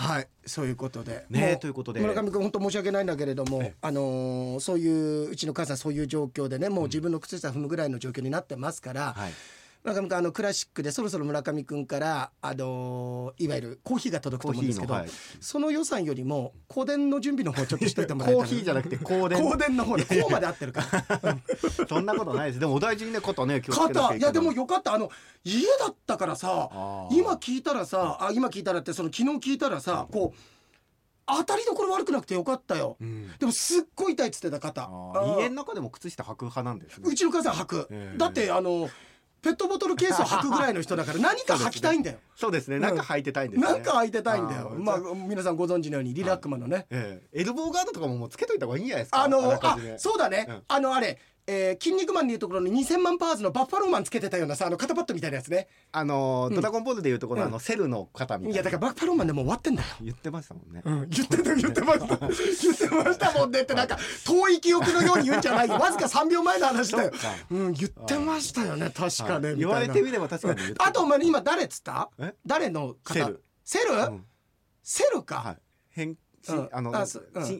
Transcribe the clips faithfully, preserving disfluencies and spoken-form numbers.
はい、そういうことでね。ということで村上君本当申し訳ないんだけれども、あのー、そういううちの母さんそういう状況でね、もう自分の靴下踏むぐらいの状況になってますから、うん、はい、村上君あのクラシックでそろそろ村上君から、あのー、いわゆるコーヒーが届くと思うんですけど、はい、その予算よりも香典の準備の方ちょっとしといてもらえたら。 コーヒーじゃなくて香典。 香典の方ね、こうまで合ってるからそんなことないです。でもお大事にね、肩ね気をつけなきゃいけない。 肩、いやでもよかった、あの家だったからさ、今聞いたらさ、あ今聞いたらってその昨日聞いたらさ、こう当たりどころ悪くなくてよかったよ、うん、でもすっごい痛いっつってた肩。 家の中でも靴下履く派なんですね。 うちの母さん履く、えー、だってあのペットボトルケースを履くぐらいの人だから何か履きたいんだよ。 そうですね、なんか履いてたいんですね。 なんか履いてたいんだよ。まあ皆さんご存知のようにリラックマのね、 えー、エルボーガードとかももうつけといた方がいいんじゃないですか。 あのあそうだね、うん、あのあれえー、筋肉マンでいうところのにせんまんパーツのバッファローマンつけてたようなさ、あの肩パッドみたいなやつね。 あのーうん、ドラゴンボールでいうところの、うん、あのセルの肩みたいな。 いやだからバッファローマンでもう終わってんだよ。 言ってましたもんね、 うん、言ってた言ってました言ってましたもんねって、なんか遠い記憶のように言うんじゃないよ。わずかさんびょうまえの話だよ。うん、言ってましたよね、確かね。 言われてみれば確かに言ってた。 あとお前今誰っつった？誰の肩？セル。セル？うん、セルか。はい、変うん、あのあ、うん、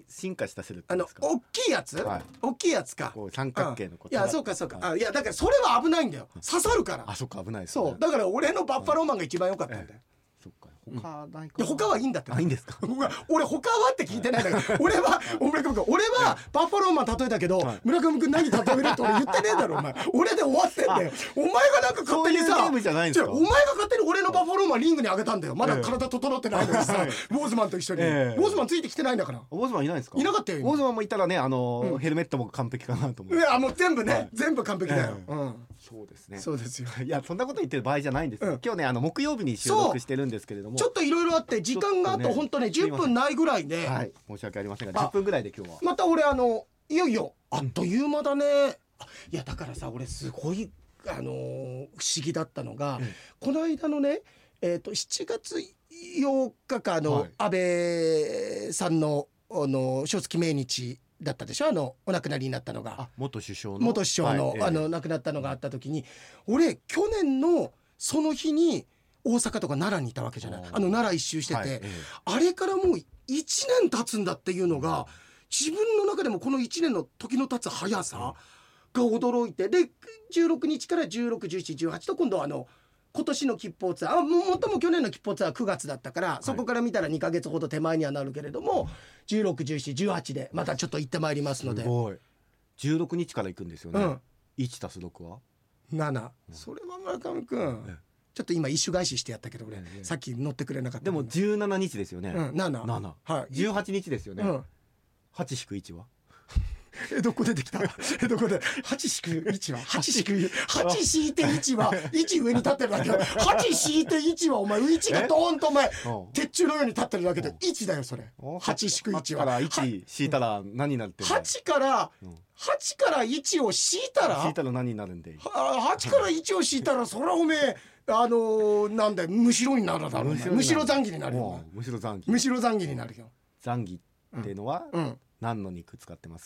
進化したセルってですか。 あの大きいやつ、はい、大きいやつか、 こう三角形のこと、 うん、いやそうかそうか、はい、あいやだからそれは危ないんだよ、刺さるから。 あそっか危ないです、 ね、そうだから俺のバッファローマンが一番良かったんだよ、ええ、 そっか他ないか。 いや他はいいんだって。 あいいんですか。 俺他はって聞いてないんだから俺は村上君俺はバッファローマン例えたけど、はい、村上君何例えるって俺言ってねえだろお前。俺で終わってんだよ。お前がなんか勝手にさ、 そういうゲームじゃないんですか。 お前が勝手に俺のバッファローマンリングに上げたんだよ。まだ体整ってないのにさ、ええ、ウォーズマンと一緒に、ええ、ウォーズマンついてきてないんだから。 ウォーズマンいないんですか。 いなかったよ。 ウォーズマンもいたらね、あのーうん、ヘルメットも完璧かなと思う。 いやもう全部ね、はい、全部完璧だよ、ええ、うん、 そうですね。 そうですよ。 いやそんなこと言ってる場合じゃないんです、うん、今日ねあの木曜日に収録してるんですけれども、 ちょっといろいろあって時間があと本当ねじゅっぷんないぐらいで、 はい、申し訳ありませんがじゅっぷんぐらいで今日はまた俺あのいよいよあっという間だね、うん、いやだからさ俺すごいあのー、不思議だったのが、うん、この間のねえーとしちがつようかかの安倍さんのあの正月命日だったでしょ、あのお亡くなりになったのが。あ元首相の元首相の、はい、あの亡くなったのがあった時に、俺去年のその日に大阪とか奈良にいたわけじゃない。あの奈良一周してて、はい、あれからもういちねん経つんだっていうのが自分の中でもこのいちねんの時の経つ速さが驚いて、でじゅうろくにちからじゅうろく、じゅうしち、じゅうはちと今度はあの今年の吉報ツアー、あもっとも去年の吉報ツアーはくがつだったから、はい、そこから見たらにかげつほど手前にはなるけれども、じゅうろく、じゅうしち、じゅうはちでまたちょっと行ってまいりますので。 すごいじゅうろくにちから行くんですよね、うん、いちたすろくはなな、うん、それは村上君、ええ、ちょっと今一種返ししてやったけど俺、ええ、さっき乗ってくれなかった。 でもじゅうしちにちですよね、 うん、なな、 なな、はい、じゅうはちにちですよね、うん、はち引くいちはえどこ出てきたえどこではち引くいちははち引くはち引いていちはいち上に立ってるだけ。はち引いていちはお前いちがドーンとお前鉄柱のように立ってるだけでいちだよそれ。はち引くいちははちからいち引いたら何になるってんだ。 はちからはちからいちを引いたら引いたら何になるんで、 はちからいちを引いたらそれはおめえあのー、なんだよむしろになるだろう。むしろ残儀になるよ。 むしろ残儀むしろ残儀になるよ。 残儀っていうのは、うんうん、何の肉使ってます？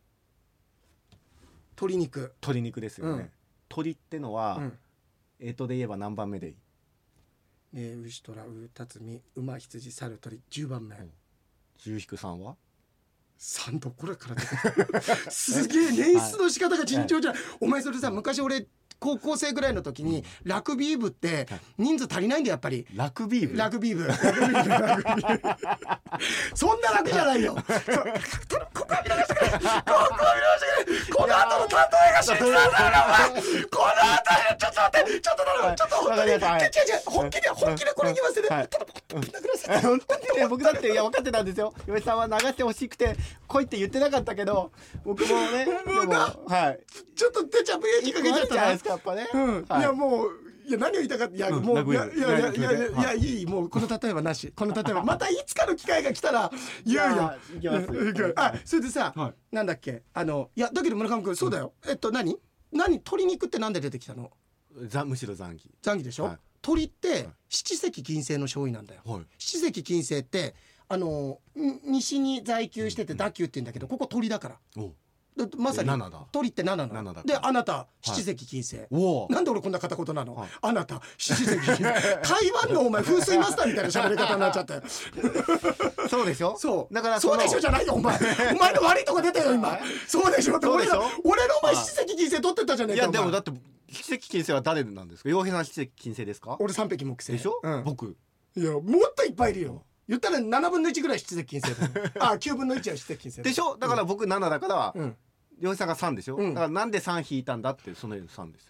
鶏肉。 鶏肉ですよね、うん、鶏ってのは、うん、えとで言えば何番目でいい？ えー、牛、虎、う、たつみ、馬、羊、猿、鳥、じゅうばんめ。 じゅう引くさんはさんどこれから出てすげえ捻出の仕方が尋常じゃない、はい、お前それさ昔俺高校生ぐらいの時にラグビー部って人数足りないんだよやっぱり。 ラグビー部ラグビー部ラグビー部ラグビー部そんな楽じゃないよここは見逃してくれここは見逃してくれこの後の担当映画知ってたんだよお前この後ちょっと待ってちょっと待ってちょっと本当に違う違う本気で本気でこれ言わせて、はい、ただ僕ぶん殴らせて本当にね僕だっていや分かってたんですよ。嫁さんは流してほしくて来いって言ってなかったけど僕もねもうなはいちょっと出ちゃういい加減じゃったじゃないですかやっぱね、 うんはい、いやもういや何を言いたかったいや、うん、もういやいやいやいやいや、いやいいもうこの例えばなしこの例えばまたいつかの機会が来たら言うよいきます、 あそれでさ、はい、なんだっけあのいやだけど村上君そうだよ、うん、えっと何何鶏肉ってなんで出てきたの？ ざむしろ残儀残儀でしょ、はい、鶏って七石金星の勝因なんだよ、はい、七石金星ってあの西に在宮してて打球って言うんだけどここ鳥だからだまさにななだ鳥ってなななななだので、あなた七石金星、 おおなんで俺こんな片言なの、 はい、 あなた七石金星台湾のお前風水マスターみたいな喋り方になっちゃったよそうでしょ。 そうだからそうでしょじゃないよお前お前の悪いとこ出たよ今そうでしょって俺の俺のお前七石金星取ってたじゃねえか。 いやでもだって七石金星は誰なんですか。洋平さん七石金星ですか。 俺三匹木星でしょ、 うん、 僕いやもっといっぱいいるよ。言ったらななぶんのいちぐらい七石金星だあきゅうぶんのいちは七石金星でしょ。だから僕ななだから、うん、洋平さんがさんでしょ、うん、だからなんでさん引いたんだってそのさんです。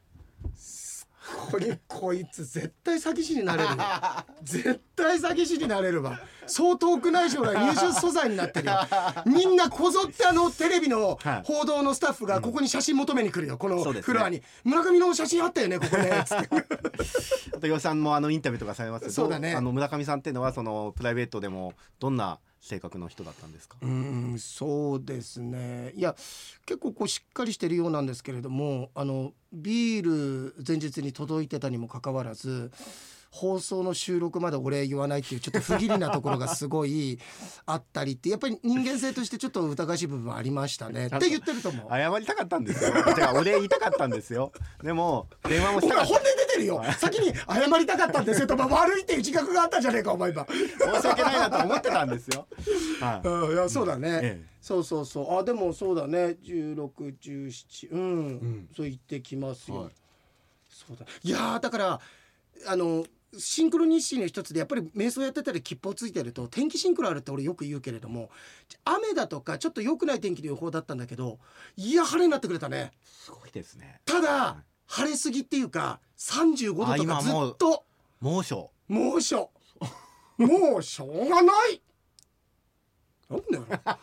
これこいつ絶対詐欺師になれるよ絶対詐欺師になれるわ。そう遠くない将来入手素材になってるよみんなこぞってあのテレビの報道のスタッフがここに写真求めに来るよ、このフロアに、ね、村上の写真あったよねここねつってあと洋さんもあのインタビューとかされますけど、 そうだね、 あの村上さんっていうのはそのプライベートでもどんな性格の人だったんですか。 うーんそうですね、いや結構こうしっかりしてるようなんですけれども、あのビール前日に届いてたにもかかわらず放送の収録までお礼言わないっていうちょっと不義理なところがすごいあったりって、やっぱり人間性としてちょっと疑わしい部分はありましたねって言ってると思う。 謝りたかったんですよじゃあお礼言いたかったんですよでも電話もしたかった。 お前本音出てるよ先に謝りたかったんですよと悪いっていう自覚があったじゃねえかお前今申し訳ないなと思ってたんですよ、 はい、うん、いやそうだね、 ええ、 そうそうそう、あでもそうだねじゅうろく、じゅうなな、うん、うん、そう言ってきますよ、はい、そうだ、いやだからあのシンクロ日誌の一つでやっぱり瞑想やってたり吉報ついてると天気シンクロあるって俺よく言うけれども、雨だとかちょっと良くない天気の予報だったんだけど、いや晴れになってくれたね。 すごいですね。 ただ、はい、晴れすぎっていうかさんじゅうごどとかずっと猛暑猛暑もうしょうがないなんだよ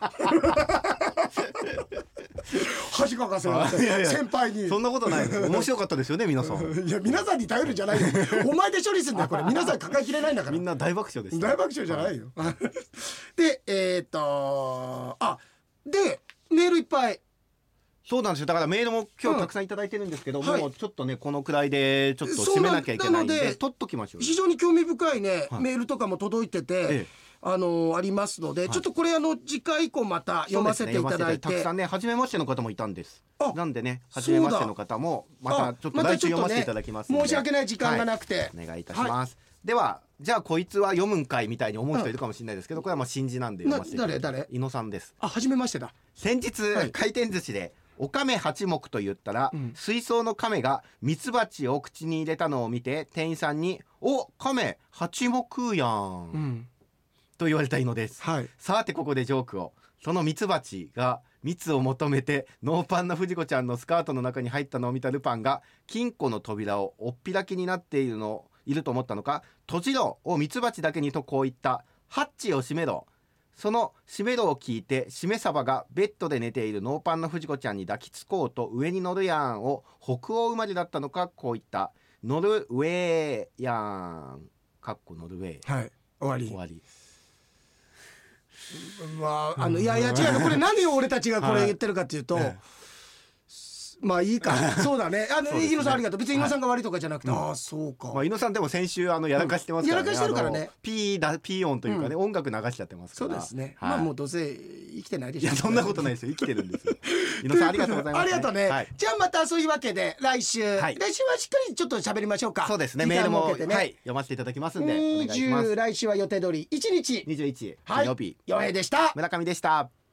恥かかせなくて先輩に。 そんなことないです。面白かったですよね皆さん。 いや皆さんに頼るんじゃないよお前で処理するんだよこれ。皆さん抱えきれないんだから。 みんな大爆笑です。 大爆笑じゃないよでえっ、ー、とあでメールいっぱい。 そうなんですよ。だからメールも今日たくさんいただいてるんですけど、うん、もうちょっとねこのくらいでちょっと締めなきゃいけないんで取っときましょう。 非常に興味深いね、はい、メールとかも届いてて、ええ、あのー、ありますので、はい、ちょっとこれあの次回以降また読ませていただいて、 ね、たくさんね初めましての方もいたんです。なんでね初めましての方もまたちょっと来週読ませていただきますので、 まね、申し訳ない時間がなくて、 はい、お願いいたします、はい、ではじゃあこいつは読むんかいみたいに思う人いるかもしれないですけど、これはまあ新字なんで読ませていただきます。 誰誰伊野さんです。 あ初めましてだ。 先日、はい、回転寿司でお亀八目と言ったら、うん、水槽の亀がミツバチを口に入れたのを見て店員さんにお亀八目やん、うん、と言われたいのです、はい、さてここでジョークを。そのミツバチが蜜を求めてノーパンな藤子ちゃんのスカートの中に入ったのを見たルパンが金庫の扉をおっぴらきになっているのいると思ったのか、閉じろをミツバチだけにとこう言った。ハッチを閉めろ。その閉めろを聞いてしめ鯖がベッドで寝ているノーパンの藤子ちゃんに抱きつこうと上に乗るやんを北欧生まれだったのかこう言った。ノルウェーやんかっこノルウェー。 はい終わり終わり。 まああのいやいや違うのこれ何を俺たちがこれ言ってるかっていうと、はい、まあいいかそうだね。あの伊野さんありがとう。別に伊野さんが悪いとかじゃなくて、はい、ああそうか。 まあ伊野さんでも先週あのやらかしてますからね。 やらかしてるからね。 ピーだピー音というかね、うん、音楽流しちゃってますから。 そうですね。はい、まあもうどうせ生きてないでしょ。 いやそんなことないですよ。生きてるんですよ。伊野さんありがとうございます、ね。 ありがとうね。はい、じゃあまたそういうわけで来週、はい、来週はしっかりちょっと喋りましょうか。 そうですね。メールも、ね、はい読ませていただきますんでお願いします。 来週は予定通りいちにちにじゅういち金曜日。よへいでした。 村上でした。